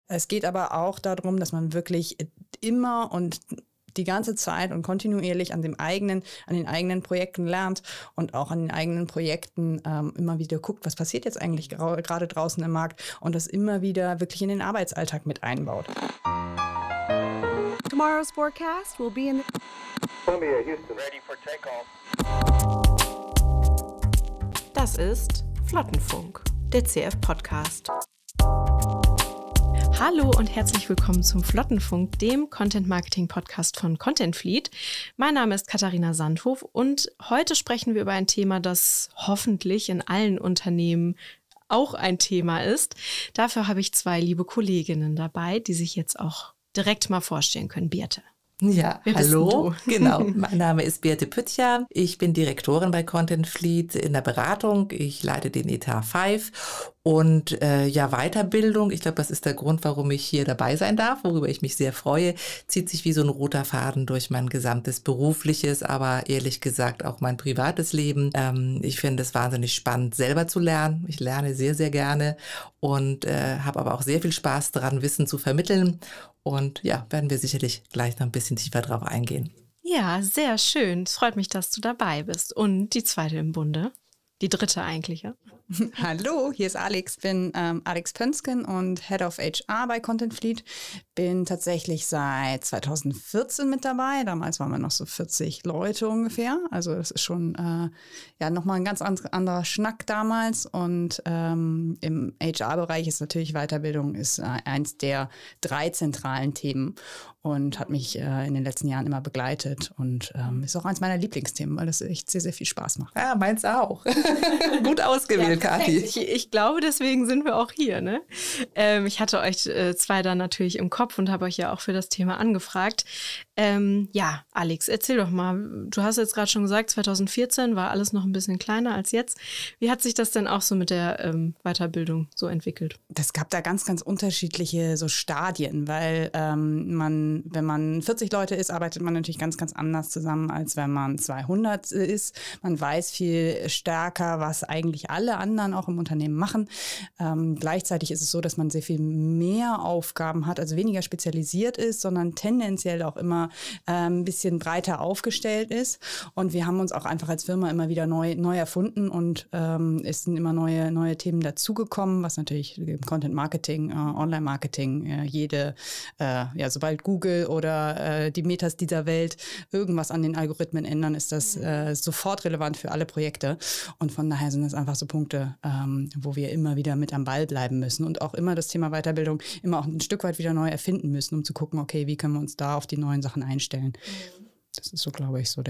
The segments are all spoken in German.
Es geht aber auch darum, dass man wirklich immer und die ganze Zeit und kontinuierlich an den eigenen Projekten lernt und auch an den eigenen Projekten immer wieder guckt, was passiert jetzt eigentlich gerade draußen im Markt und das immer wieder wirklich in den Arbeitsalltag mit einbaut. Tomorrow's forecast will be in Columbia, Houston. Ready for takeoff. Das ist Flottenfunk, der CF-Podcast. Hallo und herzlich willkommen zum Flottenfunk, dem Content-Marketing-Podcast von Content Fleet. Mein Name ist Katharina Sandhof und heute sprechen wir über ein Thema, das hoffentlich in allen Unternehmen auch ein Thema ist. Dafür habe ich zwei liebe Kolleginnen dabei, die sich jetzt auch direkt mal vorstellen können. Birte. Ja, hallo, genau. Mein Name ist Birte Püttcher. Ich bin Direktorin bei Content Fleet in der Beratung. Ich leite den Etat 5 und Weiterbildung. Ich glaube, das ist der Grund, warum ich hier dabei sein darf, worüber ich mich sehr freue. Zieht sich wie so ein roter Faden durch mein gesamtes berufliches, aber ehrlich gesagt auch mein privates Leben. Ich finde es wahnsinnig spannend, selber zu lernen. Ich lerne sehr, sehr gerne und habe aber auch sehr viel Spaß daran, Wissen zu vermitteln. Und ja, werden wir sicherlich gleich noch ein bisschen tiefer drauf eingehen. Ja, sehr schön. Es freut mich, dass du dabei bist. Und die zweite im Bunde. Die dritte eigentlich, ja? Hallo, hier ist Alex. Ich bin Alex Pönsken und Head of HR bei Content Fleet. Bin tatsächlich seit 2014 mit dabei. Damals waren wir noch so 40 Leute ungefähr. Also das ist schon nochmal ein ganz anderer Schnack damals. Und im HR-Bereich ist natürlich Weiterbildung ist eins der 3 zentralen Themen und hat mich in den letzten Jahren immer begleitet und ist auch eins meiner Lieblingsthemen, weil das echt sehr, sehr viel Spaß macht. Ja, meins auch. Gut ausgewählt, Kathi. Ich glaube, deswegen sind wir auch hier. Ne? Ich hatte euch zwei da natürlich im Kopf und habe euch ja auch für das Thema angefragt. Alex, erzähl doch mal. Du hast jetzt gerade schon gesagt, 2014 war alles noch ein bisschen kleiner als jetzt. Wie hat sich das denn auch so mit der Weiterbildung so entwickelt? Das gab da ganz, ganz unterschiedliche so Stadien, weil wenn man 40 Leute ist, arbeitet man natürlich ganz, ganz anders zusammen, als wenn man 200 ist. Man weiß viel stärker, was eigentlich alle anderen auch im Unternehmen machen. Gleichzeitig ist es so, dass man sehr viel mehr Aufgaben hat, also weniger spezialisiert ist, sondern tendenziell auch immer ein bisschen breiter aufgestellt ist. Und wir haben uns auch einfach als Firma immer wieder neu erfunden und es sind immer neue Themen dazugekommen, was natürlich im Content Marketing, Online Marketing, sobald Google oder die Metas dieser Welt irgendwas an den Algorithmen ändern, ist das sofort relevant für alle Projekte. Und von daher sind das einfach so Punkte, wo wir immer wieder mit am Ball bleiben müssen und auch immer das Thema Weiterbildung immer auch ein Stück weit wieder neu erfinden müssen, um zu gucken, okay, wie können wir uns da auf die neuen Sachen einstellen. Das ist so, glaube ich, so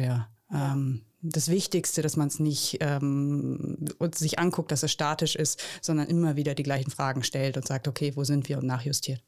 das Wichtigste, dass man es nicht sich anguckt, dass es statisch ist, sondern immer wieder die gleichen Fragen stellt und sagt, okay, wo sind wir und nachjustiert.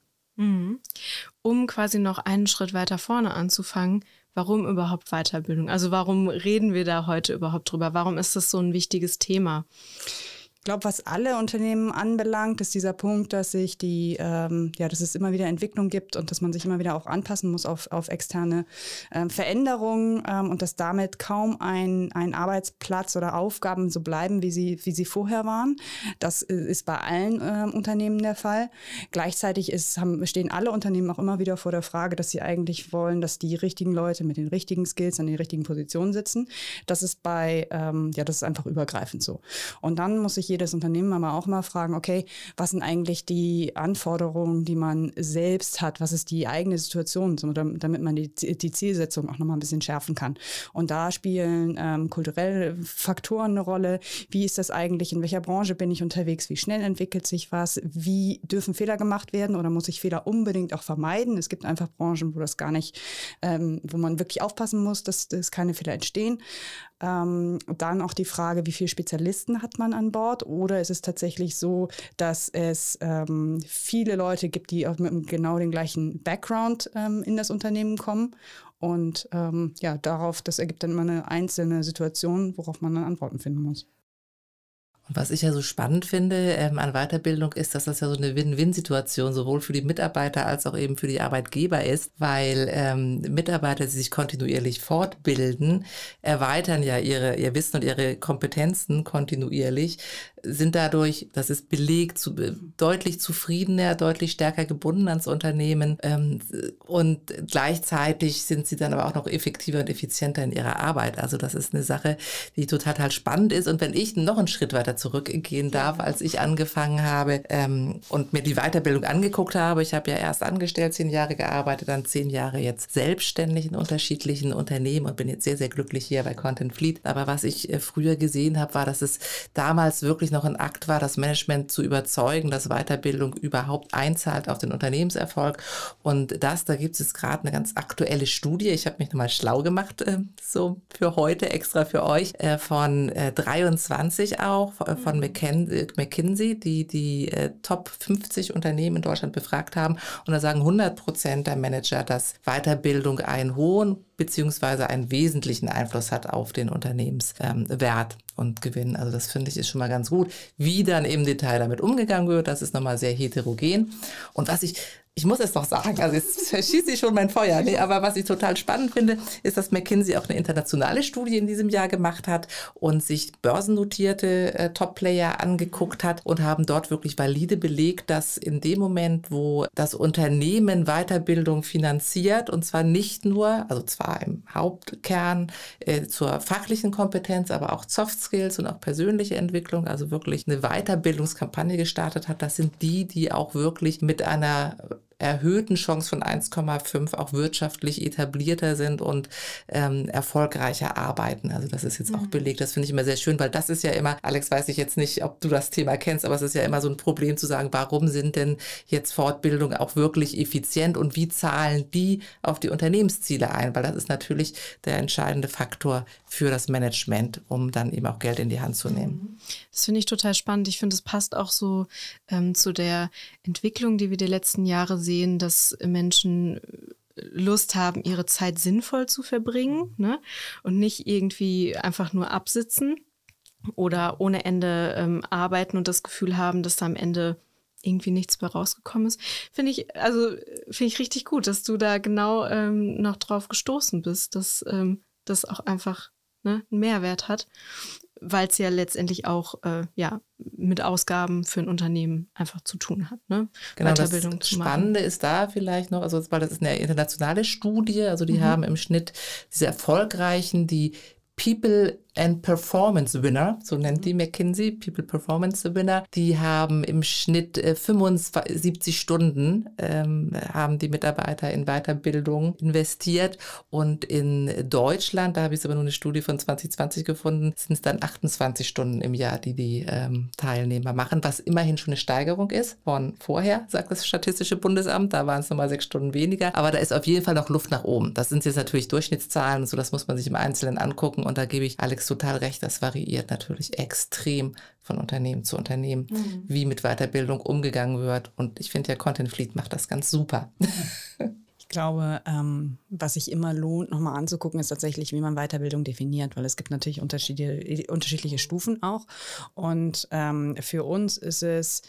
Um quasi noch einen Schritt weiter vorne anzufangen, warum überhaupt Weiterbildung? Also warum reden wir da heute überhaupt drüber? Warum ist das so ein wichtiges Thema? Ich glaube, was alle Unternehmen anbelangt, ist dieser Punkt, dass sich dass es immer wieder Entwicklung gibt und dass man sich immer wieder auch anpassen muss auf externe Veränderungen und dass damit kaum ein Arbeitsplatz oder Aufgaben so bleiben, wie sie vorher waren. Das ist bei allen Unternehmen der Fall. Gleichzeitig stehen alle Unternehmen auch immer wieder vor der Frage, dass sie eigentlich wollen, dass die richtigen Leute mit den richtigen Skills an den richtigen Positionen sitzen. Das ist das ist einfach übergreifend so. Und dann muss sich jedes Unternehmen aber auch mal fragen, okay, was sind eigentlich die Anforderungen, die man selbst hat? Was ist die eigene Situation, damit man die Zielsetzung auch nochmal ein bisschen schärfen kann? Und da spielen kulturelle Faktoren eine Rolle. Wie ist das eigentlich? In welcher Branche bin ich unterwegs? Wie schnell entwickelt sich was? Wie dürfen Fehler gemacht werden oder muss ich Fehler unbedingt auch vermeiden? Es gibt einfach Branchen, wo das gar nicht, wo man wirklich aufpassen muss, dass keine Fehler entstehen. Dann auch die Frage, wie viele Spezialisten hat man an Bord? Oder ist es tatsächlich so, dass es viele Leute gibt, die auch mit genau den gleichen Background in das Unternehmen kommen? Und das ergibt dann immer eine einzelne Situation, worauf man dann Antworten finden muss. Und was ich ja so spannend finde an Weiterbildung ist, dass das ja so eine Win-Win-Situation sowohl für die Mitarbeiter als auch eben für die Arbeitgeber ist, weil Mitarbeiter, die sich kontinuierlich fortbilden, erweitern ja ihr Wissen und ihre Kompetenzen kontinuierlich, sind dadurch, das ist belegt, deutlich zufriedener, deutlich stärker gebunden ans Unternehmen und gleichzeitig sind sie dann aber auch noch effektiver und effizienter in ihrer Arbeit. Also das ist eine Sache, die total spannend ist. Und wenn ich noch einen Schritt weiter zurückgehen darf, als ich angefangen habe und mir die Weiterbildung angeguckt habe, ich habe ja erst angestellt 10 Jahre gearbeitet, dann 10 Jahre jetzt selbstständig in unterschiedlichen Unternehmen und bin jetzt sehr, sehr glücklich hier bei Content Fleet. Aber was ich früher gesehen habe, war, dass es damals wirklich noch ein Akt war, das Management zu überzeugen, dass Weiterbildung überhaupt einzahlt auf den Unternehmenserfolg. Und da gibt es gerade eine ganz aktuelle Studie. Ich habe mich nochmal schlau gemacht, so für heute, extra für euch, von 23 auch, von McKinsey, die Top 50 Unternehmen in Deutschland befragt haben. Und da sagen 100% der Manager, dass Weiterbildung einen hohen beziehungsweise einen wesentlichen Einfluss hat auf den Unternehmenswert und Gewinn. Also das finde ich ist schon mal ganz gut. Wie dann im Detail damit umgegangen wird, das ist nochmal sehr heterogen. Und was ich muss es noch sagen, also jetzt verschieße ich schon mein Feuer, aber was ich total spannend finde, ist, dass McKinsey auch eine internationale Studie in diesem Jahr gemacht hat und sich börsennotierte Top-Player angeguckt hat und haben dort wirklich valide belegt, dass in dem Moment, wo das Unternehmen Weiterbildung finanziert, und zwar nicht nur, also zwar im Hauptkern zur fachlichen Kompetenz, aber auch Soft Skills und auch persönliche Entwicklung, also wirklich eine Weiterbildungskampagne gestartet hat, das sind die auch wirklich mit einer erhöhten Chance von 1,5 auch wirtschaftlich etablierter sind und erfolgreicher arbeiten. Also das ist jetzt auch belegt. Das finde ich immer sehr schön, weil das ist ja immer, Alex, weiß ich jetzt nicht, ob du das Thema kennst, aber es ist ja immer so ein Problem zu sagen, warum sind denn jetzt Fortbildungen auch wirklich effizient und wie zahlen die auf die Unternehmensziele ein? Weil das ist natürlich der entscheidende Faktor für das Management, um dann eben auch Geld in die Hand zu nehmen. Das finde ich total spannend. Ich finde, es passt auch so zu der Entwicklung, die wir die letzten Jahre sehen, dass Menschen Lust haben, ihre Zeit sinnvoll zu verbringen, ne? Und nicht irgendwie einfach nur absitzen oder ohne Ende arbeiten und das Gefühl haben, dass da am Ende irgendwie nichts mehr rausgekommen ist. Finde ich richtig gut, dass du da genau noch drauf gestoßen bist, dass das auch einfach einen Mehrwert hat, weil es ja letztendlich auch mit Ausgaben für ein Unternehmen einfach zu tun hat. Ne? Genau, das Spannende ist da vielleicht noch, also weil das ist eine internationale Studie, also die haben im Schnitt diese erfolgreichen, die People and Performance Winner, so nennt die McKinsey, People Performance Winner, die haben im Schnitt 75 Stunden haben die Mitarbeiter in Weiterbildung investiert und in Deutschland, da habe ich aber nur eine Studie von 2020 gefunden, sind es dann 28 Stunden im Jahr, die Teilnehmer machen, was immerhin schon eine Steigerung ist von vorher, sagt das Statistische Bundesamt, da waren es nochmal 6 Stunden weniger, aber da ist auf jeden Fall noch Luft nach oben. Das sind jetzt natürlich Durchschnittszahlen, so das muss man sich im Einzelnen angucken und da gebe ich Alex total recht, das variiert natürlich extrem von Unternehmen zu Unternehmen, wie mit Weiterbildung umgegangen wird. Und ich finde ja, Content Fleet macht das ganz super. Ich glaube, was sich immer lohnt, nochmal anzugucken, ist tatsächlich, wie man Weiterbildung definiert, weil es gibt natürlich unterschiedliche Stufen auch. Und für uns ist es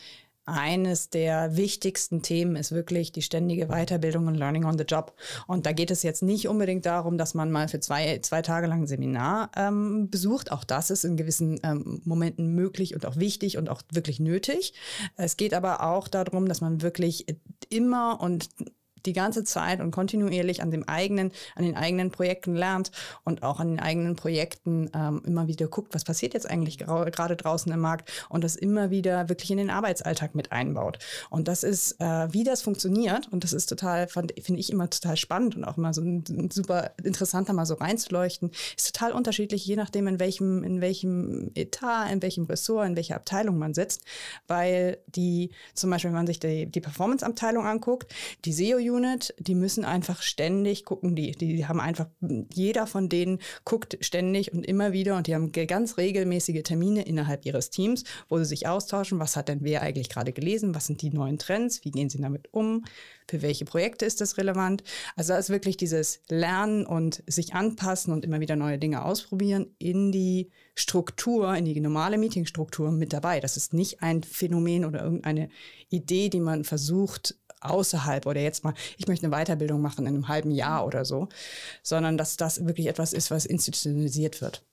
eines der wichtigsten Themen ist wirklich die ständige Weiterbildung und Learning on the Job. Und da geht es jetzt nicht unbedingt darum, dass man mal für zwei Tage lang ein Seminar besucht. Auch das ist in gewissen Momenten möglich und auch wichtig und auch wirklich nötig. Es geht aber auch darum, dass man wirklich immer und die ganze Zeit und kontinuierlich an den eigenen Projekten lernt und auch an den eigenen Projekten immer wieder guckt, was passiert jetzt eigentlich gerade draußen im Markt und das immer wieder wirklich in den Arbeitsalltag mit einbaut. Und das ist, wie das funktioniert und das ist finde ich immer total spannend und auch immer so super interessant, da mal so reinzuleuchten, ist total unterschiedlich, je nachdem in welchem Etat, in welchem Ressort, in welcher Abteilung man sitzt, weil zum Beispiel, wenn man sich die Performance-Abteilung anguckt, die SEO Unit, die müssen einfach ständig gucken, die haben einfach, jeder von denen guckt ständig und immer wieder und die haben ganz regelmäßige Termine innerhalb ihres Teams, wo sie sich austauschen, was hat denn wer eigentlich gerade gelesen, was sind die neuen Trends, wie gehen sie damit um, für welche Projekte ist das relevant. Also da ist wirklich dieses Lernen und sich anpassen und immer wieder neue Dinge ausprobieren in die Struktur, in die normale Meetingstruktur mit dabei. Das ist nicht ein Phänomen oder irgendeine Idee, die man versucht außerhalb oder jetzt mal, ich möchte eine Weiterbildung machen in einem halben Jahr oder so, sondern dass das wirklich etwas ist, was institutionalisiert wird.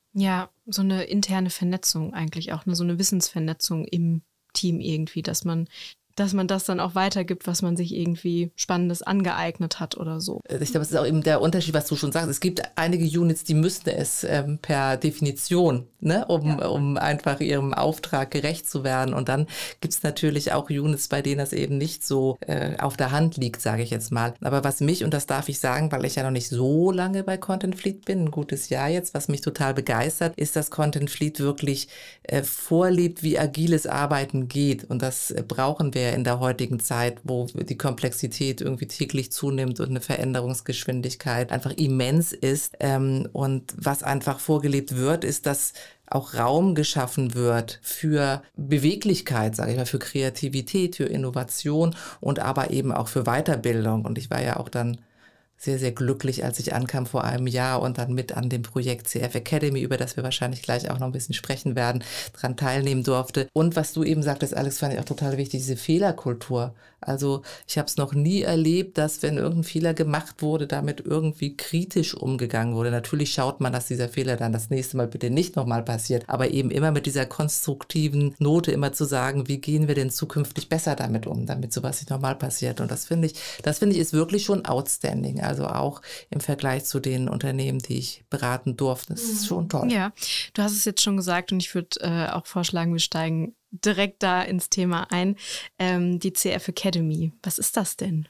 Ja, so eine interne Vernetzung eigentlich auch, so eine Wissensvernetzung im Team irgendwie, dass man das dann auch weitergibt, was man sich irgendwie Spannendes angeeignet hat oder so. Ich glaube, es ist auch eben der Unterschied, was du schon sagst. Es gibt einige Units, die müssten es per Definition, ne, um einfach ihrem Auftrag gerecht zu werden. Und dann gibt es natürlich auch Units, bei denen das eben nicht so auf der Hand liegt, sage ich jetzt mal. Aber was mich, und das darf ich sagen, weil ich ja noch nicht so lange bei Content Fleet bin, ein gutes Jahr jetzt, was mich total begeistert, ist, dass Content Fleet wirklich vorlebt, wie agiles Arbeiten geht. Und das brauchen wir in der heutigen Zeit, wo die Komplexität irgendwie täglich zunimmt und eine Veränderungsgeschwindigkeit einfach immens ist. Und was einfach vorgelebt wird, ist, dass auch Raum geschaffen wird für Beweglichkeit, sage ich mal, für Kreativität, für Innovation und aber eben auch für Weiterbildung. Und ich war ja auch dann sehr, sehr glücklich, als ich ankam vor einem Jahr und dann mit an dem Projekt CF Academy, über das wir wahrscheinlich gleich auch noch ein bisschen sprechen werden, dran teilnehmen durfte. Und was du eben sagtest, Alex, fand ich auch total wichtig, diese Fehlerkultur. Also ich habe es noch nie erlebt, dass, wenn irgendein Fehler gemacht wurde, damit irgendwie kritisch umgegangen wurde. Natürlich schaut man, dass dieser Fehler dann das nächste Mal bitte nicht nochmal passiert, aber eben immer mit dieser konstruktiven Note immer zu sagen, wie gehen wir denn zukünftig besser damit um, damit sowas nicht nochmal passiert. Und das finde ich ist wirklich schon outstanding. Also auch im Vergleich zu den Unternehmen, die ich beraten durfte. Das ist schon toll. Ja, du hast es jetzt schon gesagt und ich würde auch vorschlagen, wir steigen direkt da ins Thema ein. Die CF Academy, was ist das denn?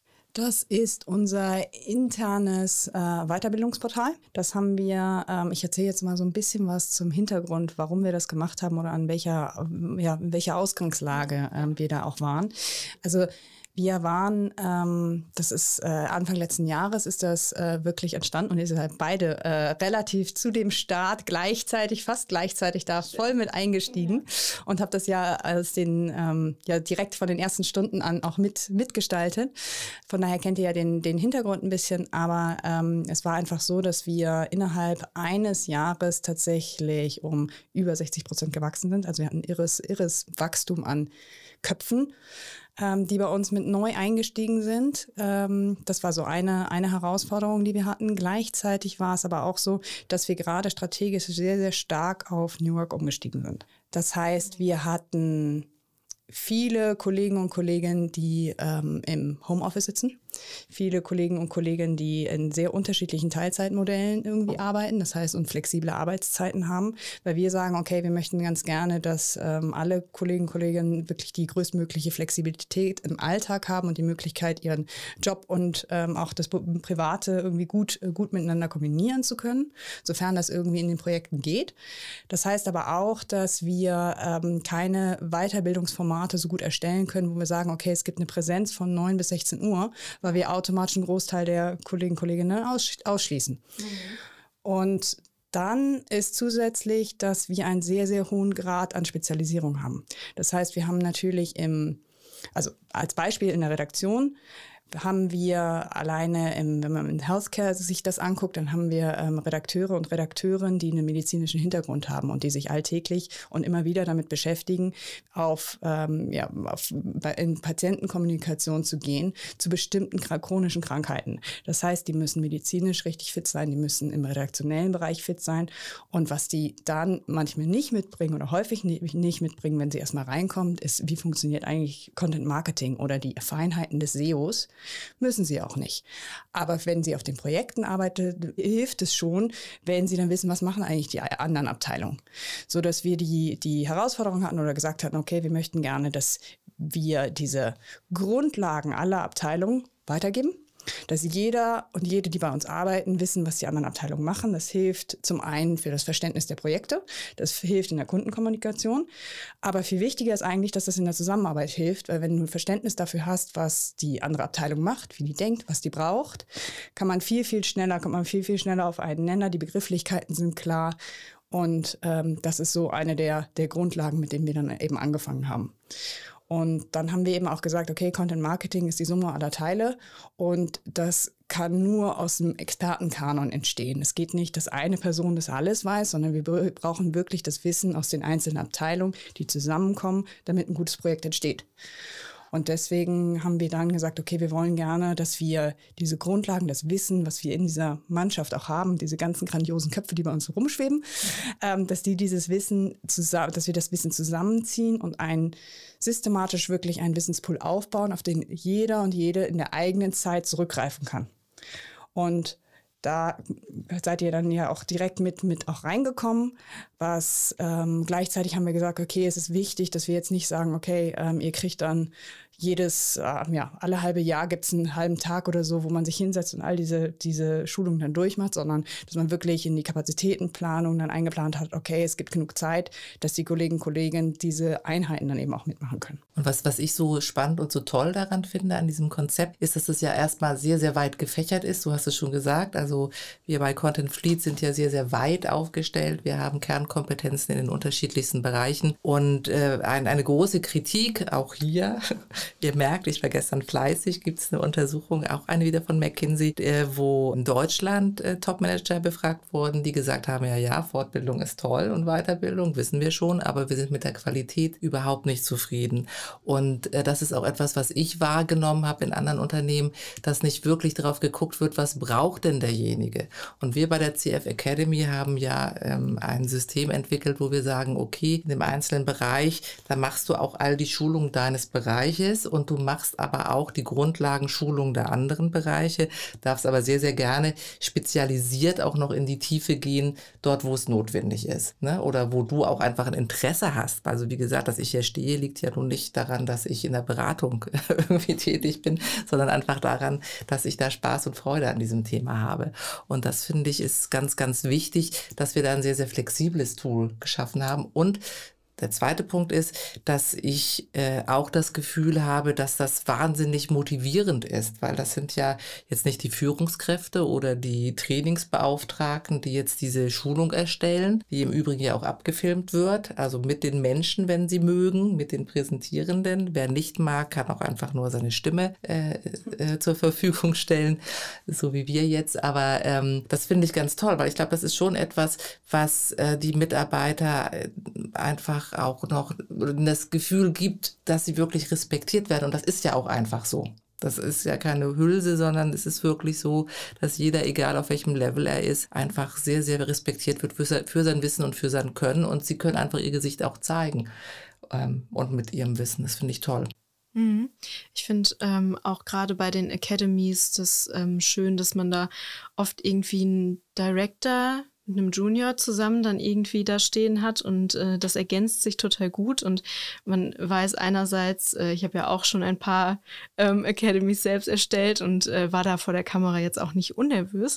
Das ist unser internes Weiterbildungsportal. Das haben wir, ich erzähle jetzt mal so ein bisschen was zum Hintergrund, warum wir das gemacht haben oder in welcher Ausgangslage wir da auch waren. Also wir waren, das ist Anfang letzten Jahres ist das wirklich entstanden und ihr seid beide relativ zu dem Start fast gleichzeitig da voll mit eingestiegen und habe das ja als direkt von den ersten Stunden an auch mitgestaltet. Von daher kennt ihr ja den Hintergrund ein bisschen, aber es war einfach so, dass wir innerhalb eines Jahres tatsächlich um über 60% gewachsen sind. Also wir hatten irres Wachstum an Köpfen, die bei uns mit neu eingestiegen sind. Das war so eine Herausforderung, die wir hatten. Gleichzeitig war es aber auch so, dass wir gerade strategisch sehr, sehr stark auf New Work umgestiegen sind. Das heißt, wir hatten viele Kollegen und Kolleginnen, die im Homeoffice sitzen. Viele Kollegen und Kolleginnen, die in sehr unterschiedlichen Teilzeitmodellen irgendwie arbeiten, das heißt und flexible Arbeitszeiten haben, weil wir sagen, okay, wir möchten ganz gerne, dass alle Kollegen und Kolleginnen wirklich die größtmögliche Flexibilität im Alltag haben und die Möglichkeit, ihren Job und auch das Private irgendwie gut miteinander kombinieren zu können, sofern das irgendwie in den Projekten geht. Das heißt aber auch, dass wir keine Weiterbildungsformate so gut erstellen können, wo wir sagen, okay, es gibt eine Präsenz von 9 bis 16 Uhr, weil wir automatisch einen Großteil der Kollegen und Kolleginnen ausschließen. Mhm. Und dann ist zusätzlich, dass wir einen sehr, sehr hohen Grad an Spezialisierung haben. Das heißt, wir haben natürlich also als Beispiel in der Redaktion, haben wir alleine, wenn man in Healthcare sich das anguckt, dann haben wir Redakteure und Redakteurinnen, die einen medizinischen Hintergrund haben und die sich alltäglich und immer wieder damit beschäftigen, in Patientenkommunikation zu gehen zu bestimmten chronischen Krankheiten. Das heißt, die müssen medizinisch richtig fit sein, die müssen im redaktionellen Bereich fit sein. Und was die dann manchmal nicht mitbringen oder häufig nicht mitbringen, wenn sie erstmal reinkommen, ist, wie funktioniert eigentlich Content Marketing oder die Feinheiten des SEOs. Müssen sie auch nicht. Aber wenn sie auf den Projekten arbeiten, hilft es schon, wenn sie dann wissen, was machen eigentlich die anderen Abteilungen. So dass wir die Herausforderung hatten oder gesagt hatten, okay, wir möchten gerne, dass wir diese Grundlagen aller Abteilungen weitergeben. Dass jeder und jede, die bei uns arbeiten, wissen, was die anderen Abteilungen machen. Das hilft zum einen für das Verständnis der Projekte, das hilft in der Kundenkommunikation. Aber viel wichtiger ist eigentlich, dass das in der Zusammenarbeit hilft, weil wenn du ein Verständnis dafür hast, was die andere Abteilung macht, wie die denkt, was die braucht, kommt man viel, viel schneller auf einen Nenner. Die Begrifflichkeiten sind klar. Und das ist so eine der Grundlagen, mit denen wir dann eben angefangen haben. Und dann haben wir eben auch gesagt, okay, Content Marketing ist die Summe aller Teile und das kann nur aus dem Expertenkanon entstehen. Es geht nicht, dass eine Person das alles weiß, sondern wir brauchen wirklich das Wissen aus den einzelnen Abteilungen, die zusammenkommen, damit ein gutes Projekt entsteht. Und deswegen haben wir dann gesagt, okay, wir wollen gerne, dass wir diese Grundlagen, das Wissen, was wir in dieser Mannschaft auch haben, diese ganzen grandiosen Köpfe, die bei uns rumschweben, dass wir das Wissen zusammenziehen und systematisch wirklich einen Wissenspool aufbauen, auf den jeder und jede in der eigenen Zeit zurückgreifen kann. Und da seid ihr dann ja auch direkt mit auch reingekommen, was gleichzeitig haben wir gesagt, okay, es ist wichtig, dass wir jetzt nicht sagen, okay, ihr kriegt dann alle halbe Jahr gibt es einen halben Tag oder so, wo man sich hinsetzt und all diese Schulungen dann durchmacht, sondern dass man wirklich in die Kapazitätenplanung dann eingeplant hat, okay, es gibt genug Zeit, dass die Kolleginnen und Kollegen diese Einheiten dann eben auch mitmachen können. Und was ich so spannend und so toll daran finde an diesem Konzept, ist, dass es ja erstmal sehr, sehr weit gefächert ist. Du hast es schon gesagt, also wir bei Content Fleet sind ja sehr, sehr weit aufgestellt. Wir haben Kernkompetenzen in den unterschiedlichsten Bereichen und eine große Kritik, auch hier, ihr merkt, ich war gestern fleißig, gibt es eine Untersuchung, auch eine wieder von McKinsey, wo in Deutschland Topmanager befragt wurden, die gesagt haben, ja, Fortbildung ist toll und Weiterbildung, wissen wir schon, aber wir sind mit der Qualität überhaupt nicht zufrieden. Und das ist auch etwas, was ich wahrgenommen habe in anderen Unternehmen, dass nicht wirklich darauf geguckt wird, was braucht denn derjenige. Und wir bei der CF Academy haben ja ein System entwickelt, wo wir sagen, okay, in dem einzelnen Bereich, da machst du auch all die Schulung deines Bereiches und du machst aber auch die Grundlagenschulung der anderen Bereiche, darfst aber sehr, sehr gerne spezialisiert auch noch in die Tiefe gehen, dort, wo es notwendig ist, ne? Oder wo du auch einfach ein Interesse hast. Also wie gesagt, dass ich hier stehe, liegt ja nun nicht daran, dass ich in der Beratung irgendwie tätig bin, sondern einfach daran, dass ich da Spaß und Freude an diesem Thema habe. Und das finde ich ist ganz, ganz wichtig, dass wir da ein sehr, sehr flexibles Tool geschaffen haben. Und der zweite Punkt ist, dass ich auch das Gefühl habe, dass das wahnsinnig motivierend ist, weil das sind ja jetzt nicht die Führungskräfte oder die Trainingsbeauftragten, die jetzt diese Schulung erstellen, die im Übrigen ja auch abgefilmt wird, also mit den Menschen, wenn sie mögen, mit den Präsentierenden. Wer nicht mag, kann auch einfach nur seine Stimme zur Verfügung stellen, so wie wir jetzt. Aber das finde ich ganz toll, weil ich glaube, das ist schon etwas, was die Mitarbeiter einfach auch noch das Gefühl gibt, dass sie wirklich respektiert werden. Und das ist ja auch einfach so. Das ist ja keine Hülse, sondern es ist wirklich so, dass jeder, egal auf welchem Level er ist, einfach sehr, sehr respektiert wird für sein Wissen und für sein Können. Und sie können einfach ihr Gesicht auch zeigen und mit ihrem Wissen. Das finde ich toll. Ich finde auch gerade bei den Academies das schön, dass man da oft irgendwie einen Director mit einem Junior zusammen dann irgendwie da stehen hat und das ergänzt sich total gut und man weiß einerseits, ich habe ja auch schon ein paar Academies selbst erstellt und war da vor der Kamera jetzt auch nicht unnervös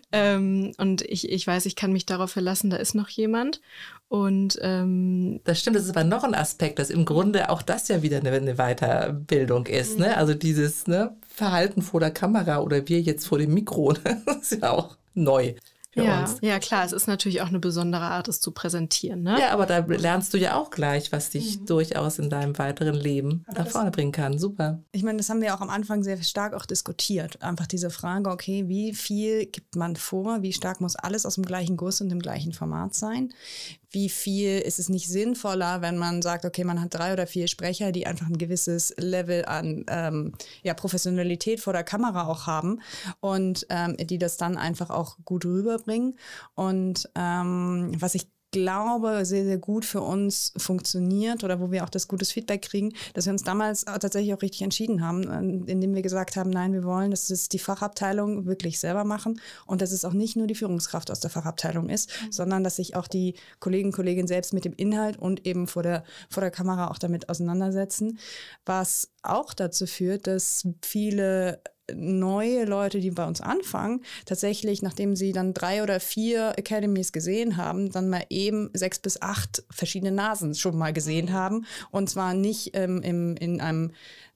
und ich weiß, ich kann mich darauf verlassen, da ist noch jemand und das stimmt, das ist aber noch ein Aspekt, dass im Grunde auch das ja wieder eine Weiterbildung ist, ne? Also dieses Verhalten vor der Kamera oder wir jetzt vor dem Mikro, das ist ja auch neu. Ja, klar, es ist natürlich auch eine besondere Art, es zu präsentieren. Ne? Ja, aber da lernst du ja auch gleich, was dich durchaus in deinem weiteren Leben nach vorne bringen kann. Super. Ich meine, das haben wir auch am Anfang sehr stark auch diskutiert. Einfach diese Frage, okay, wie viel gibt man vor? Wie stark muss alles aus dem gleichen Guss und dem gleichen Format sein? Wie viel ist es nicht sinnvoller, wenn man sagt, okay, man hat 3 oder 4 Sprecher, die einfach ein gewisses Level an Professionalität vor der Kamera auch haben und die das dann einfach auch gut rüberbringen. Und was ich glaube, sehr, sehr gut für uns funktioniert oder wo wir auch das gutes Feedback kriegen, dass wir uns damals tatsächlich auch richtig entschieden haben, indem wir gesagt haben, nein, wir wollen, dass es die Fachabteilung wirklich selber machen und dass es auch nicht nur die Führungskraft aus der Fachabteilung ist, sondern dass sich auch die Kollegen und Kolleginnen selbst mit dem Inhalt und eben vor der Kamera auch damit auseinandersetzen, was auch dazu führt, dass viele neue Leute, die bei uns anfangen, tatsächlich, nachdem sie dann 3 oder 4 Academies gesehen haben, dann mal eben 6 bis 8 verschiedene Nasen schon mal gesehen haben. Und zwar nicht in einem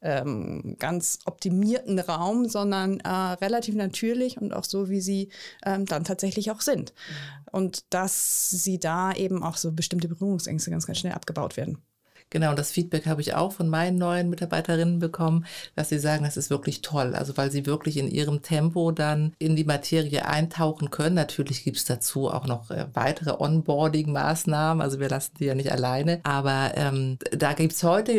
ganz optimierten Raum, sondern relativ natürlich und auch so, wie sie dann tatsächlich auch sind. Und dass sie da eben auch so bestimmte Berührungsängste ganz, ganz schnell abgebaut werden. Genau, das Feedback habe ich auch von meinen neuen Mitarbeiterinnen bekommen, dass sie sagen, das ist wirklich toll. Also weil sie wirklich in ihrem Tempo dann in die Materie eintauchen können. Natürlich gibt es dazu auch noch weitere Onboarding-Maßnahmen. Also wir lassen die ja nicht alleine. Aber da gibt es heute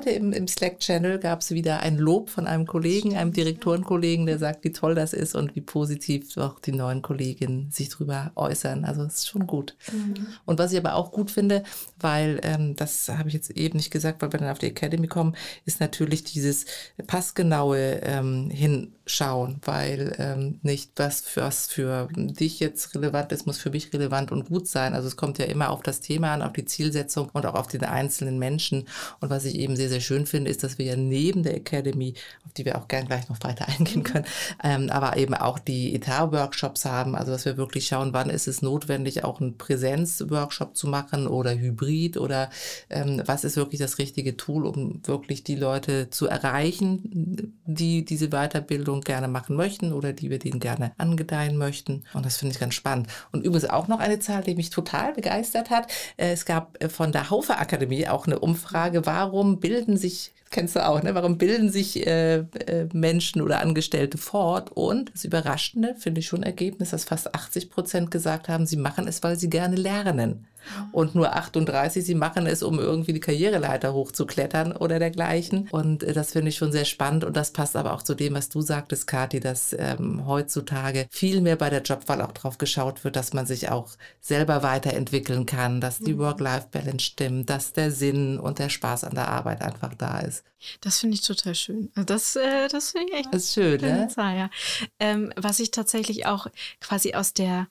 im Slack-Channel gab es wieder ein Lob von einem Kollegen, einem Direktorenkollegen, der sagt, wie toll das ist und wie positiv auch die neuen Kolleginnen sich drüber äußern. Also es ist schon gut. Und was ich aber auch gut finde, weil das habe ich jetzt eben nicht gesagt, weil wir dann auf die Academy kommen, ist natürlich dieses passgenaue Hinschauen, weil nicht was für dich jetzt relevant ist, muss für mich relevant und gut sein. Also es kommt ja immer auf das Thema an, auf die Zielsetzung und auch auf den einzelnen Menschen. Und was ich eben sehr, sehr schön finde, ist, dass wir ja neben der Academy, auf die wir auch gern gleich noch weiter eingehen können, aber eben auch die Etat-Workshops haben, also dass wir wirklich schauen, wann ist es notwendig, auch einen Präsenz-Workshop zu machen oder Hybrid oder was ist wirklich das richtige Tool, um wirklich die Leute zu erreichen, die diese Weiterbildung gerne machen möchten oder die wir denen gerne angedeihen möchten. Und das finde ich ganz spannend. Und übrigens auch noch eine Zahl, die mich total begeistert hat. Es gab von der Haufe Akademie auch eine Umfrage, warum bilden sich kennst du auch, ne? Warum bilden sich Menschen oder Angestellte fort? Und das Überraschende, finde ich schon Ergebnis, dass fast 80% gesagt haben, sie machen es, weil sie gerne lernen. Und nur 38, sie machen es, um irgendwie die Karriereleiter hochzuklettern oder dergleichen. Und das finde ich schon sehr spannend. Und das passt aber auch zu dem, was du sagtest, Kathi, dass heutzutage viel mehr bei der Jobwahl auch drauf geschaut wird, dass man sich auch selber weiterentwickeln kann, dass die Work-Life-Balance stimmt, dass der Sinn und der Spaß an der Arbeit einfach da ist. Das finde ich total schön. Also das finde ich echt das ist schön, ne? Zahl, ja. Was ich tatsächlich auch quasi aus der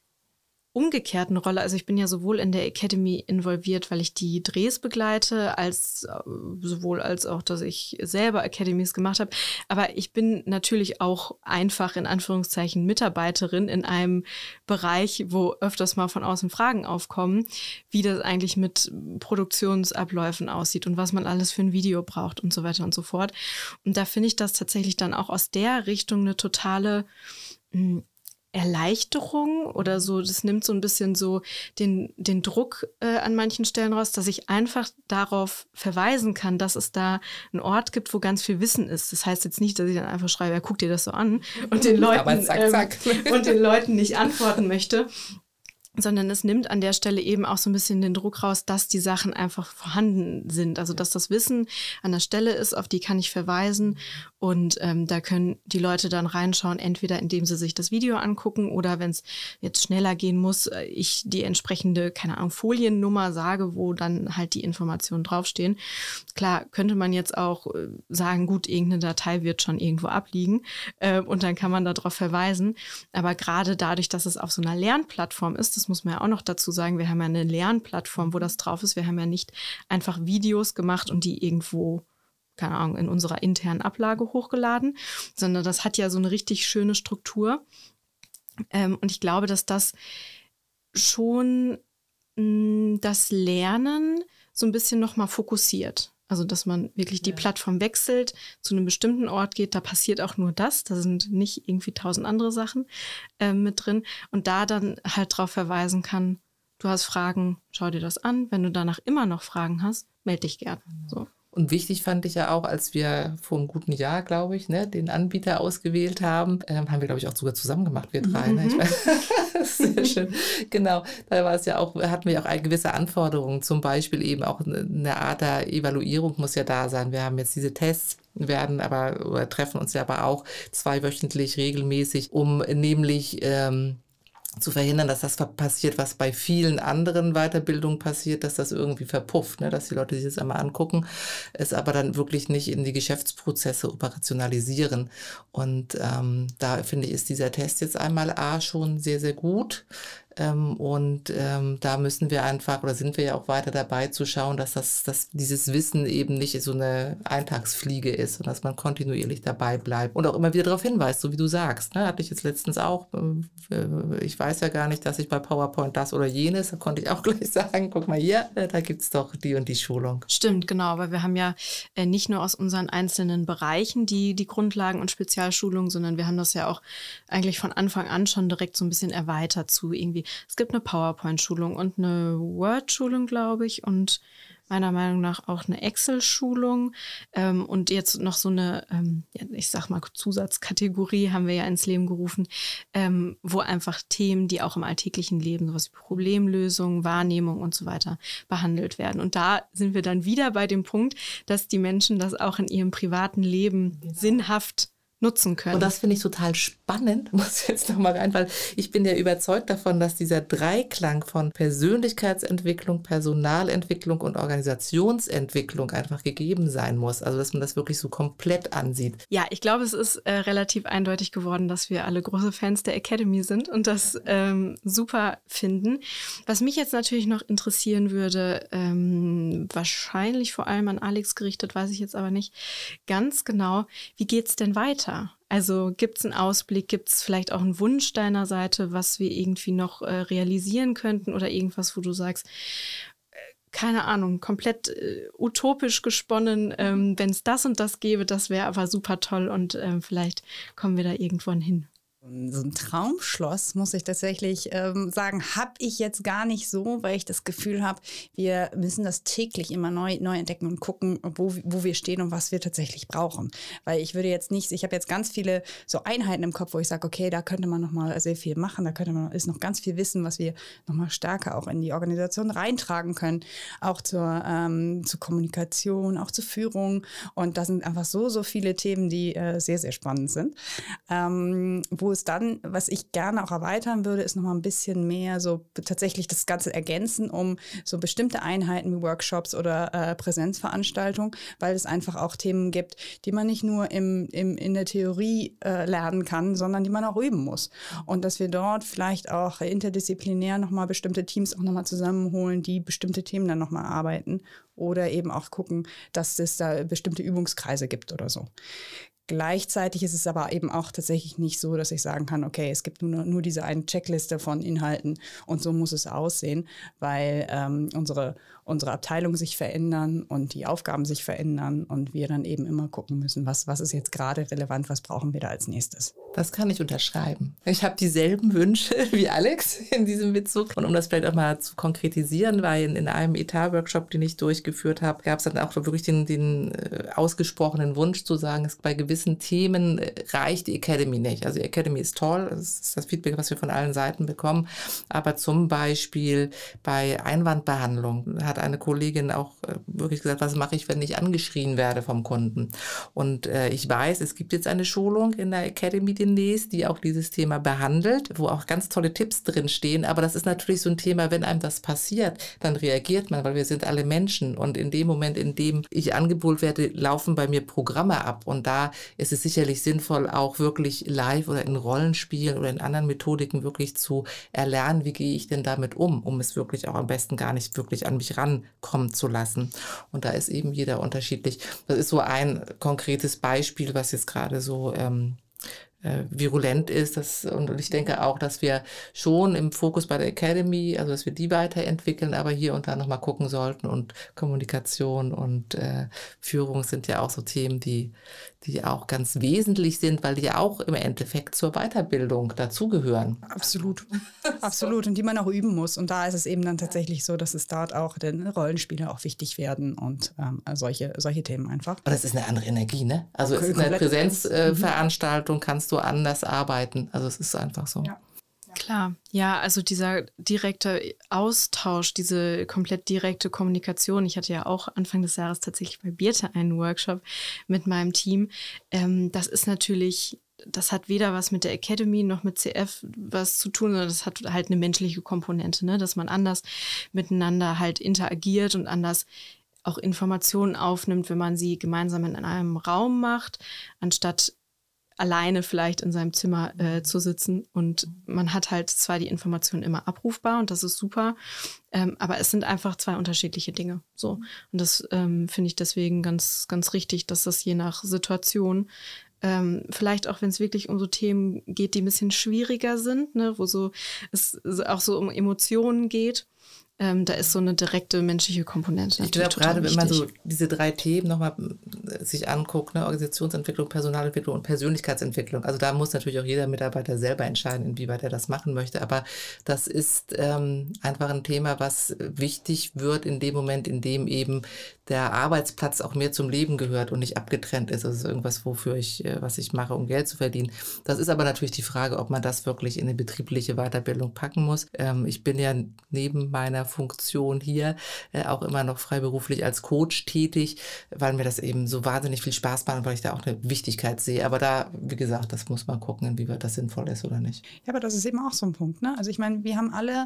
umgekehrten Rolle, also ich bin ja sowohl in der Academy involviert, weil ich die Drehs begleite, sowohl als auch, dass ich selber Academies gemacht habe, aber ich bin natürlich auch einfach in Anführungszeichen Mitarbeiterin in einem Bereich, wo öfters mal von außen Fragen aufkommen, wie das eigentlich mit Produktionsabläufen aussieht und was man alles für ein Video braucht und so weiter und so fort. Und da finde ich das tatsächlich dann auch aus der Richtung eine totale Erleichterung oder so, das nimmt so ein bisschen so den Druck an manchen Stellen raus, dass ich einfach darauf verweisen kann, dass es da einen Ort gibt, wo ganz viel Wissen ist. Das heißt jetzt nicht, dass ich dann einfach schreibe, ja, guck dir das so an und den Leuten, zack. Und den Leuten nicht antworten möchte, sondern es nimmt an der Stelle eben auch so ein bisschen den Druck raus, dass die Sachen einfach vorhanden sind. Also dass das Wissen an der Stelle ist, auf die kann ich verweisen und da können die Leute dann reinschauen, entweder indem sie sich das Video angucken oder wenn es jetzt schneller gehen muss, ich die entsprechende, keine Ahnung, Foliennummer sage, wo dann halt die Informationen draufstehen. Klar, könnte man jetzt auch sagen, gut, irgendeine Datei wird schon irgendwo abliegen und dann kann man darauf verweisen. Aber gerade dadurch, dass es auf so einer Lernplattform ist, das muss man ja auch noch dazu sagen, wir haben ja eine Lernplattform, wo das drauf ist. Wir haben ja nicht einfach Videos gemacht und die irgendwo, keine Ahnung, in unserer internen Ablage hochgeladen, sondern das hat ja so eine richtig schöne Struktur. Und ich glaube, dass das schon das Lernen so ein bisschen nochmal fokussiert. Also, dass man wirklich die Plattform wechselt, zu einem bestimmten Ort geht, da passiert auch nur das. Da sind nicht irgendwie 1000 andere Sachen mit drin. Und da dann halt drauf verweisen kann, du hast Fragen, schau dir das an. Wenn du danach immer noch Fragen hast, melde dich gern. So. Und wichtig fand ich ja auch, als wir vor einem guten Jahr, glaube ich, den Anbieter ausgewählt haben, haben wir, glaube ich, auch sogar zusammen gemacht, wir drei. Ne? Ich weiß, sehr schön. Genau, da war es ja auch, hatten wir auch gewisse Anforderungen, zum Beispiel eben auch eine Art der Evaluierung muss ja da sein. Wir haben jetzt diese Tests, treffen uns ja aber auch 2-wöchentlich regelmäßig, um nämlich zu verhindern, dass das passiert, was bei vielen anderen Weiterbildungen passiert, dass das irgendwie verpufft, ne? Dass die Leute sich das einmal angucken, es aber dann wirklich nicht in die Geschäftsprozesse operationalisieren. Und da finde ich, ist dieser Test jetzt einmal schon sehr, sehr gut. Da müssen wir einfach, oder sind wir ja auch weiter dabei zu schauen, dass dieses Wissen eben nicht so eine Eintagsfliege ist und dass man kontinuierlich dabei bleibt und auch immer wieder darauf hinweist, so wie du sagst. Ne? Hatte ich jetzt letztens auch, ich weiß ja gar nicht, dass ich bei PowerPoint das oder jenes, da konnte ich auch gleich sagen, guck mal hier, da gibt es doch die und die Schulung. Stimmt, genau, weil wir haben ja nicht nur aus unseren einzelnen Bereichen die Grundlagen und Spezialschulungen, sondern wir haben das ja auch eigentlich von Anfang an schon direkt so ein bisschen erweitert zu irgendwie. Es gibt eine PowerPoint-Schulung und eine Word-Schulung, glaube ich, und meiner Meinung nach auch eine Excel-Schulung und jetzt noch so eine, ich sag mal, Zusatzkategorie haben wir ja ins Leben gerufen, wo einfach Themen, die auch im alltäglichen Leben, sowas wie Problemlösung, Wahrnehmung und so weiter behandelt werden. Und da sind wir dann wieder bei dem Punkt, dass die Menschen das auch in ihrem privaten Leben sinnhaft nutzen können. Und das finde ich total spannend, muss ich jetzt nochmal rein, weil ich bin ja überzeugt davon, dass dieser Dreiklang von Persönlichkeitsentwicklung, Personalentwicklung und Organisationsentwicklung einfach gegeben sein muss. Also dass man das wirklich so komplett ansieht. Ja, ich glaube, es ist relativ eindeutig geworden, dass wir alle große Fans der Academy sind und das super finden. Was mich jetzt natürlich noch interessieren würde, wahrscheinlich vor allem an Alex gerichtet, weiß ich jetzt aber nicht ganz genau, wie geht's denn weiter? Also gibt es einen Ausblick, gibt es vielleicht auch einen Wunsch deiner Seite, was wir irgendwie noch realisieren könnten oder irgendwas, wo du sagst, keine Ahnung, komplett utopisch gesponnen, wenn es das und das gäbe, das wäre aber super toll und vielleicht kommen wir da irgendwann hin. So ein Traumschloss, muss ich tatsächlich sagen, habe ich jetzt gar nicht so, weil ich das Gefühl habe, wir müssen das täglich immer neu entdecken und gucken, wo wir stehen und was wir tatsächlich brauchen. Weil ich würde jetzt nicht, ich habe jetzt ganz viele so Einheiten im Kopf, wo ich sage, okay, da könnte man noch mal sehr viel machen, ist noch ganz viel Wissen, was wir noch mal stärker auch in die Organisation reintragen können, auch zur Kommunikation, auch zur Führung. Und da sind einfach so viele Themen, die sehr, sehr spannend sind. Wo es dann, was ich gerne auch erweitern würde, ist nochmal ein bisschen mehr so tatsächlich das Ganze ergänzen um so bestimmte Einheiten wie Workshops oder Präsenzveranstaltungen, weil es einfach auch Themen gibt, die man nicht nur in der Theorie lernen kann, sondern die man auch üben muss. Und dass wir dort vielleicht auch interdisziplinär nochmal bestimmte Teams auch nochmal zusammenholen, die bestimmte Themen dann nochmal arbeiten oder eben auch gucken, dass es da bestimmte Übungskreise gibt oder so. Gleichzeitig ist es aber eben auch tatsächlich nicht so, dass ich sagen kann, okay, es gibt nur diese eine Checkliste von Inhalten und so muss es aussehen, weil unsere Abteilungen sich verändern und die Aufgaben sich verändern und wir dann eben immer gucken müssen, was ist jetzt gerade relevant, was brauchen wir da als nächstes. Das kann ich unterschreiben. Ich habe dieselben Wünsche wie Alex in diesem Bezug. Und um das vielleicht auch mal zu konkretisieren, weil in einem Etat-Workshop, den ich durchgeführt habe, gab es dann auch wirklich den ausgesprochenen Wunsch zu sagen, dass bei gewissen Themen reicht die Academy nicht. Also die Academy ist toll, das ist das Feedback, was wir von allen Seiten bekommen. Aber zum Beispiel bei Einwandbehandlung hat eine Kollegin auch wirklich gesagt, was mache ich, wenn ich angeschrien werde vom Kunden? Und ich weiß, es gibt jetzt eine Schulung in der Academy demnächst, die auch dieses Thema behandelt, wo auch ganz tolle Tipps drin stehen. Aber das ist natürlich so ein Thema, wenn einem das passiert, dann reagiert man, weil wir sind alle Menschen. Und in dem Moment, in dem ich angebrüllt werde, laufen bei mir Programme ab. Und da ist es sicherlich sinnvoll, auch wirklich live oder in Rollenspielen oder in anderen Methodiken wirklich zu erlernen, wie gehe ich denn damit um es wirklich auch am besten gar nicht wirklich an mich rankommen zu lassen. Und da ist eben jeder unterschiedlich. Das ist so ein konkretes Beispiel, was jetzt gerade so virulent ist. Und ich denke auch, dass wir schon im Fokus bei der Academy, also dass wir die weiterentwickeln, aber hier und da nochmal gucken sollten. Und Kommunikation und Führung sind ja auch so Themen, die auch ganz wesentlich sind, weil die auch im Endeffekt zur Weiterbildung dazugehören. Absolut. Absolut. Und die man auch üben muss. Und da ist es eben dann tatsächlich so, dass es dort auch den Rollenspiele auch wichtig werden und solche Themen einfach. Und das ist eine andere Energie, ne? Also in einer Präsenzveranstaltung kannst du anders arbeiten. Also es ist einfach so. Ja. Klar, ja, also dieser direkte Austausch, diese komplett direkte Kommunikation. Ich hatte ja auch Anfang des Jahres tatsächlich bei Birte einen Workshop mit meinem Team. Das ist natürlich, das hat weder was mit der Academy noch mit CF was zu tun, sondern das hat halt eine menschliche Komponente, ne? Dass man anders miteinander halt interagiert und anders auch Informationen aufnimmt, wenn man sie gemeinsam in einem Raum macht, anstatt alleine vielleicht in seinem Zimmer zu sitzen, und man hat halt zwar die Informationen immer abrufbar und das ist super, aber es sind einfach zwei unterschiedliche Dinge. So. Und das finde ich deswegen ganz, ganz richtig, dass das je nach Situation, vielleicht auch wenn es wirklich um so Themen geht, die ein bisschen schwieriger sind, ne, wo es auch so um Emotionen geht, da ist so eine direkte menschliche Komponente. Ich glaube, gerade wenn man so diese 3 Themen nochmal sich anguckt, ne, Organisationsentwicklung, Personalentwicklung und Persönlichkeitsentwicklung, also da muss natürlich auch jeder Mitarbeiter selber entscheiden, inwieweit er das machen möchte, aber das ist einfach ein Thema, was wichtig wird in dem Moment, in dem eben der Arbeitsplatz auch mehr zum Leben gehört und nicht abgetrennt ist. Das ist irgendwas, was ich mache, um Geld zu verdienen. Das ist aber natürlich die Frage, ob man das wirklich in eine betriebliche Weiterbildung packen muss. Ich bin ja neben meiner Funktion hier auch immer noch freiberuflich als Coach tätig, weil mir das eben so wahnsinnig viel Spaß macht und weil ich da auch eine Wichtigkeit sehe. Aber da, wie gesagt, das muss man gucken, inwieweit das sinnvoll ist oder nicht. Ja, aber das ist eben auch so ein Punkt, ne? Also ich meine, wir haben alle,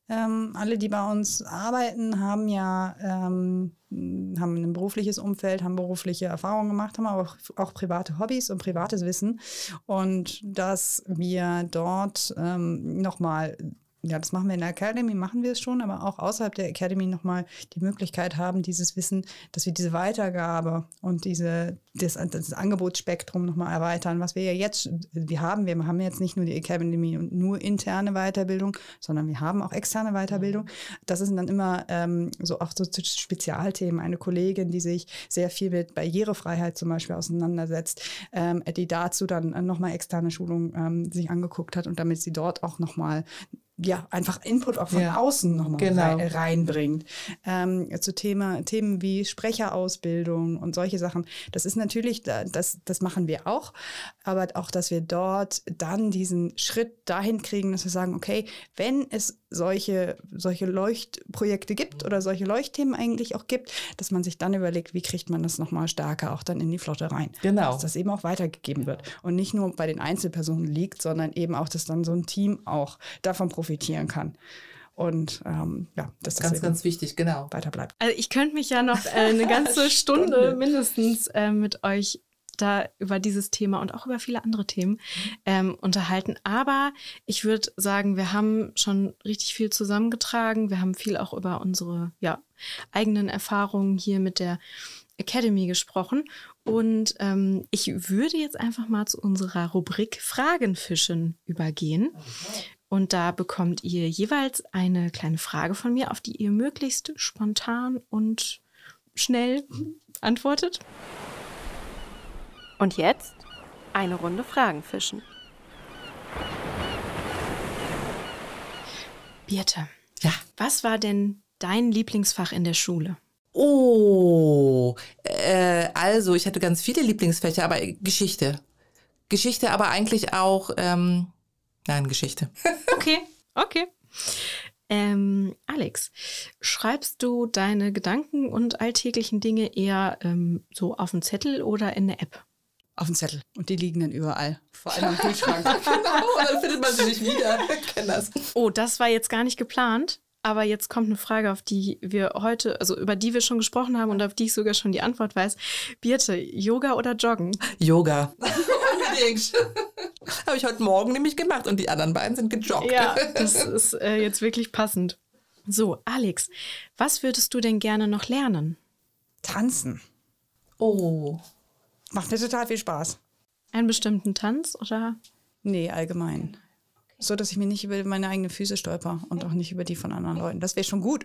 die bei uns arbeiten, haben ja haben ein berufliches Umfeld, haben berufliche Erfahrungen gemacht, haben aber auch private Hobbys und privates Wissen. Und dass wir dort nochmal, ja, das machen wir in der Academy, machen wir es schon, aber auch außerhalb der Academy nochmal die Möglichkeit haben, dieses Wissen, dass wir diese Weitergabe und das Angebotsspektrum nochmal erweitern, was wir ja jetzt, wir haben jetzt nicht nur die Academy und nur interne Weiterbildung, sondern wir haben auch externe Weiterbildung. Das sind dann immer so Spezialthemen. Eine Kollegin, die sich sehr viel mit Barrierefreiheit zum Beispiel auseinandersetzt, die dazu dann nochmal externe Schulungen sich angeguckt hat und damit sie dort auch nochmal einfach Input auch von außen nochmal reinbringt. Zu Themen wie Sprecherausbildung und solche Sachen. Das ist natürlich, das machen wir auch, aber auch, dass wir dort dann diesen Schritt dahin kriegen, dass wir sagen, okay, wenn es solche Leuchtprojekte gibt oder solche Leuchtthemen eigentlich auch gibt, dass man sich dann überlegt, wie kriegt man das nochmal stärker auch dann in die Flotte rein. Genau. Dass das eben auch weitergegeben wird und nicht nur bei den Einzelpersonen liegt, sondern eben auch, dass dann so ein Team auch davon profitieren kann. Und dass das ganz wichtig, genau, weiter bleibt. Also ich könnte mich ja noch eine ganze Stunde mindestens mit euch da über dieses Thema und auch über viele andere Themen unterhalten. Aber ich würde sagen, wir haben schon richtig viel zusammengetragen. Wir haben viel auch über unsere eigenen Erfahrungen hier mit der Academy gesprochen. Und ich würde jetzt einfach mal zu unserer Rubrik Fragenfischen übergehen. Und da bekommt ihr jeweils eine kleine Frage von mir, auf die ihr möglichst spontan und schnell antwortet. Und jetzt eine Runde Fragenfischen. Birte, was war denn dein Lieblingsfach in der Schule? Oh, also ich hatte ganz viele Lieblingsfächer, aber Geschichte. Geschichte, aber eigentlich auch, Geschichte. Okay. Alex, schreibst du deine Gedanken und alltäglichen Dinge eher so auf einen Zettel oder in eine App? Auf dem Zettel. Und die liegen dann überall. Vor allem am Kühlschrank. Dann findet man sie nicht wieder. Ich kenne das. Oh, das war jetzt gar nicht geplant. Aber jetzt kommt eine Frage, über die wir schon gesprochen haben und auf die ich sogar schon die Antwort weiß. Birte, Yoga oder Joggen? Yoga. Unbedingt. Habe ich heute Morgen nämlich gemacht und die anderen beiden sind gejoggt. Ja, das ist jetzt wirklich passend. So, Alex, was würdest du denn gerne noch lernen? Tanzen. Oh. Macht mir total viel Spaß. Einen bestimmten Tanz oder? Nee, allgemein. So, dass ich mir nicht über meine eigenen Füße stolper und auch nicht über die von anderen Leuten. Das wäre schon gut.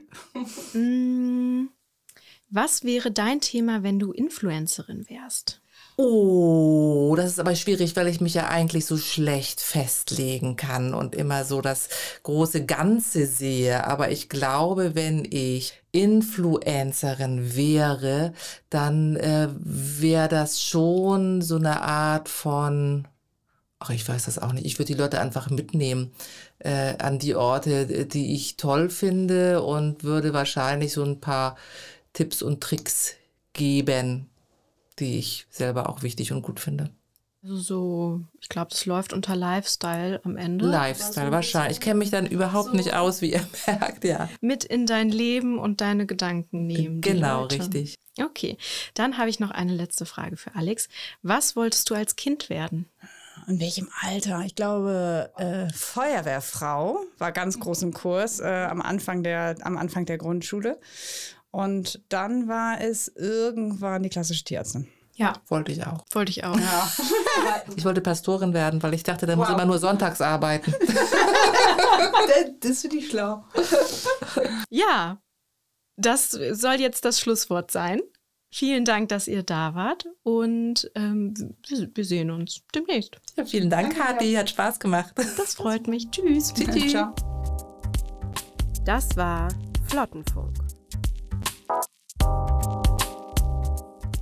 Was wäre dein Thema, wenn du Influencerin wärst? Oh, das ist aber schwierig, weil ich mich ja eigentlich so schlecht festlegen kann und immer so das große Ganze sehe. Aber ich glaube, wenn ich Influencerin wäre, dann wäre das schon so eine Art von... Ach, ich weiß das auch nicht. Ich würde die Leute einfach mitnehmen an die Orte, die ich toll finde und würde wahrscheinlich so ein paar Tipps und Tricks geben, die ich selber auch wichtig und gut finde. Also so, ich glaube, das läuft unter Lifestyle am Ende. Lifestyle, so wahrscheinlich. Ich kenne mich dann überhaupt nicht aus, wie ihr merkt, ja. Mit in dein Leben und deine Gedanken nehmen. Genau, richtig. Okay, dann habe ich noch eine letzte Frage für Alex. Was wolltest du als Kind werden? In welchem Alter? Ich glaube, Feuerwehrfrau war ganz groß im Kurs am Anfang der Grundschule. Und dann war es irgendwann die klassische Tierärztin. Ja. Wollte ich auch. Wollte ich auch. Ja. Ich wollte Pastorin werden, weil ich dachte, der muss immer nur sonntags arbeiten. Das finde ich schlau. Ja, das soll jetzt das Schlusswort sein. Vielen Dank, dass ihr da wart und wir sehen uns demnächst. Ja, vielen Dank, Kathi. Hat Spaß gemacht. Das freut mich. Tschüss. Tschüss. Ciao. Das war Flottenfunk.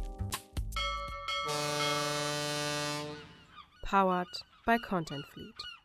Powered by Content Fleet.